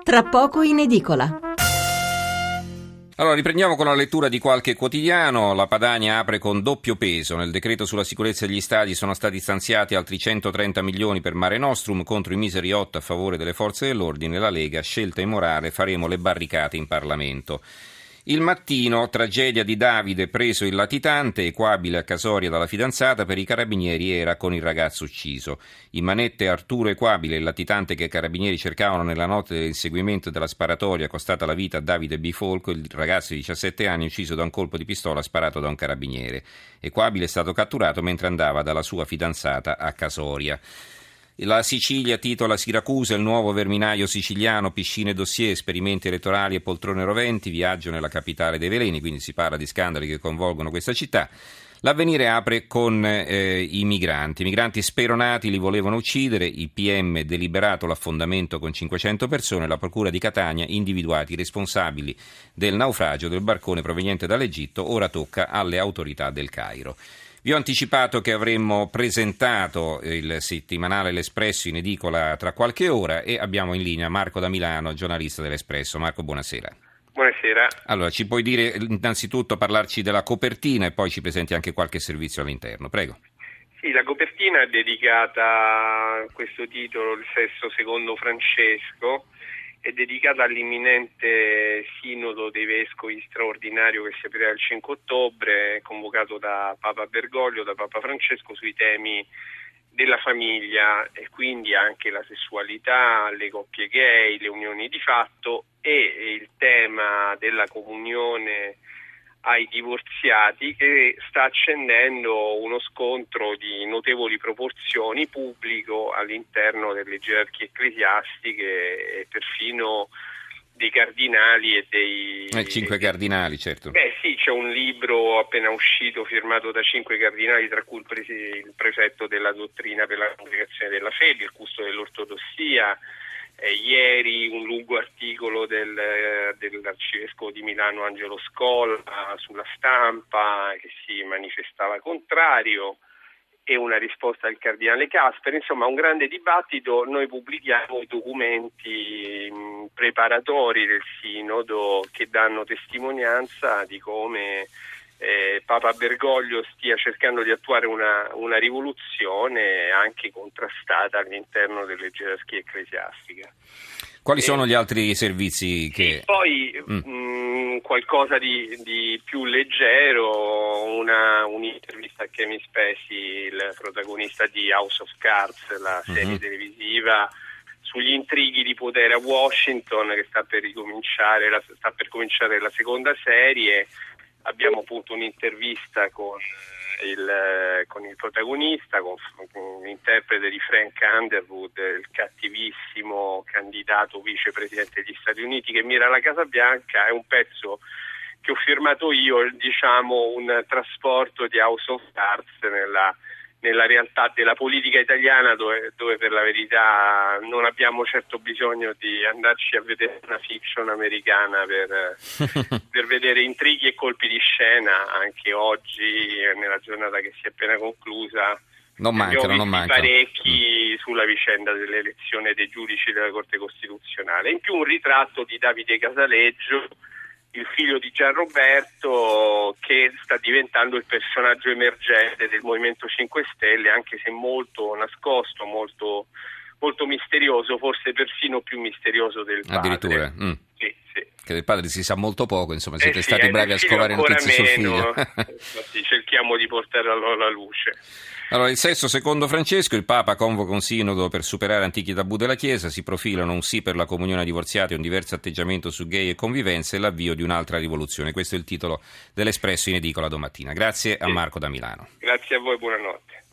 tra poco in edicola. Allora, riprendiamo con la lettura di qualche quotidiano. La Padania apre con doppio peso. Nel decreto sulla sicurezza degli stadi sono stati stanziati altri 130 milioni per Mare Nostrum contro i miseri 8 a favore delle forze dell'ordine. La Lega, scelta immorale, faremo le barricate in Parlamento. Il Mattino, tragedia di Davide preso il latitante, equabile a Casoria dalla fidanzata, per i carabinieri era con il ragazzo ucciso. In manette Arturo Equabile, il latitante che i carabinieri cercavano nella notte dell'inseguimento della sparatoria costata la vita a Davide Bifolco, il ragazzo di 17 anni ucciso da un colpo di pistola sparato da un carabiniere. Equabile è stato catturato mentre andava dalla sua fidanzata a Casoria. La Sicilia titola Siracusa, il nuovo verminaio siciliano, piscine dossier, esperimenti elettorali e poltrone roventi, viaggio nella capitale dei veleni, quindi si parla di scandali che coinvolgono questa città. L'Avvenire apre con i migranti. I migranti speronati li volevano uccidere, il PM deliberato l'affondamento con 500 persone, la Procura di Catania individuati i responsabili del naufragio del barcone proveniente dall'Egitto, ora tocca alle autorità del Cairo. Vi ho anticipato che avremmo presentato il settimanale L'Espresso in edicola tra qualche ora e abbiamo in linea Marco da Milano, giornalista dell'Espresso. Marco, buonasera. Buonasera. Allora, ci puoi dire innanzitutto parlarci della copertina e poi ci presenti anche qualche servizio all'interno, prego. Sì, la copertina è dedicata a questo titolo, Il sesso secondo Francesco, è dedicata all'imminente sinodo dei vescovi straordinario che si aprirà il 5 ottobre, convocato da Papa Bergoglio, da Papa Francesco, sui temi della famiglia e quindi anche la sessualità, le coppie gay, le unioni di fatto e il tema della comunione ai divorziati, che sta accendendo uno scontro di notevoli proporzioni pubblico all'interno delle gerarchie ecclesiastiche e perfino dei cardinali e dei... 5 cardinali, certo. Sì, c'è un libro appena uscito firmato da 5 cardinali, tra cui il prefetto della dottrina per la congregazione della fede, il custode dell'ortodossia. Ieri un lungo articolo dell'arcivescovo di Milano Angelo Scola sulla Stampa che si manifestava contrario e una risposta del cardinale Casper. Insomma, un grande dibattito. Noi pubblichiamo i documenti preparatori del sinodo che danno testimonianza di come Papa Bergoglio stia cercando di attuare una rivoluzione anche contrastata all'interno delle gerarchie ecclesiastiche. Quali sono gli altri servizi che... Poi qualcosa di più leggero, un'intervista a Kevin Spacey, il protagonista di House of Cards, la serie televisiva sugli intrighi di potere a Washington, che sta per cominciare la seconda serie. Abbiamo appunto un'intervista con il protagonista, con l'interprete di Frank Underwood, il cattivissimo candidato vicepresidente degli Stati Uniti che mira alla Casa Bianca. È un pezzo che ho firmato io, diciamo un trasporto di House of Cards nella realtà della politica italiana, dove per la verità non abbiamo certo bisogno di andarci a vedere una fiction americana per vedere intrighi e colpi di scena. Anche oggi, nella giornata che si è appena conclusa, non mancano parecchi sulla vicenda dell'elezione dei giudici della Corte Costituzionale. In più un ritratto di Davide Casaleggio, il figlio di Gianroberto, che sta diventando il personaggio emergente del Movimento 5 Stelle, anche se molto nascosto, molto, molto misterioso, forse persino più misterioso del padre. Addirittura? Sì. Che del padre si sa molto poco, insomma, siete stati bravi a scovare notizie sul figlio. Sì, cerchiamo di portarlo alla luce. Allora, il sesso secondo Francesco, il Papa convoca un sinodo per superare antichi tabù della Chiesa, si profilano un sì per la comunione ai divorziati, un diverso atteggiamento su gay e convivenza e l'avvio di un'altra rivoluzione. Questo è il titolo dell'Espresso in edicola domattina. Grazie a Marco da Milano. Grazie a voi, buonanotte.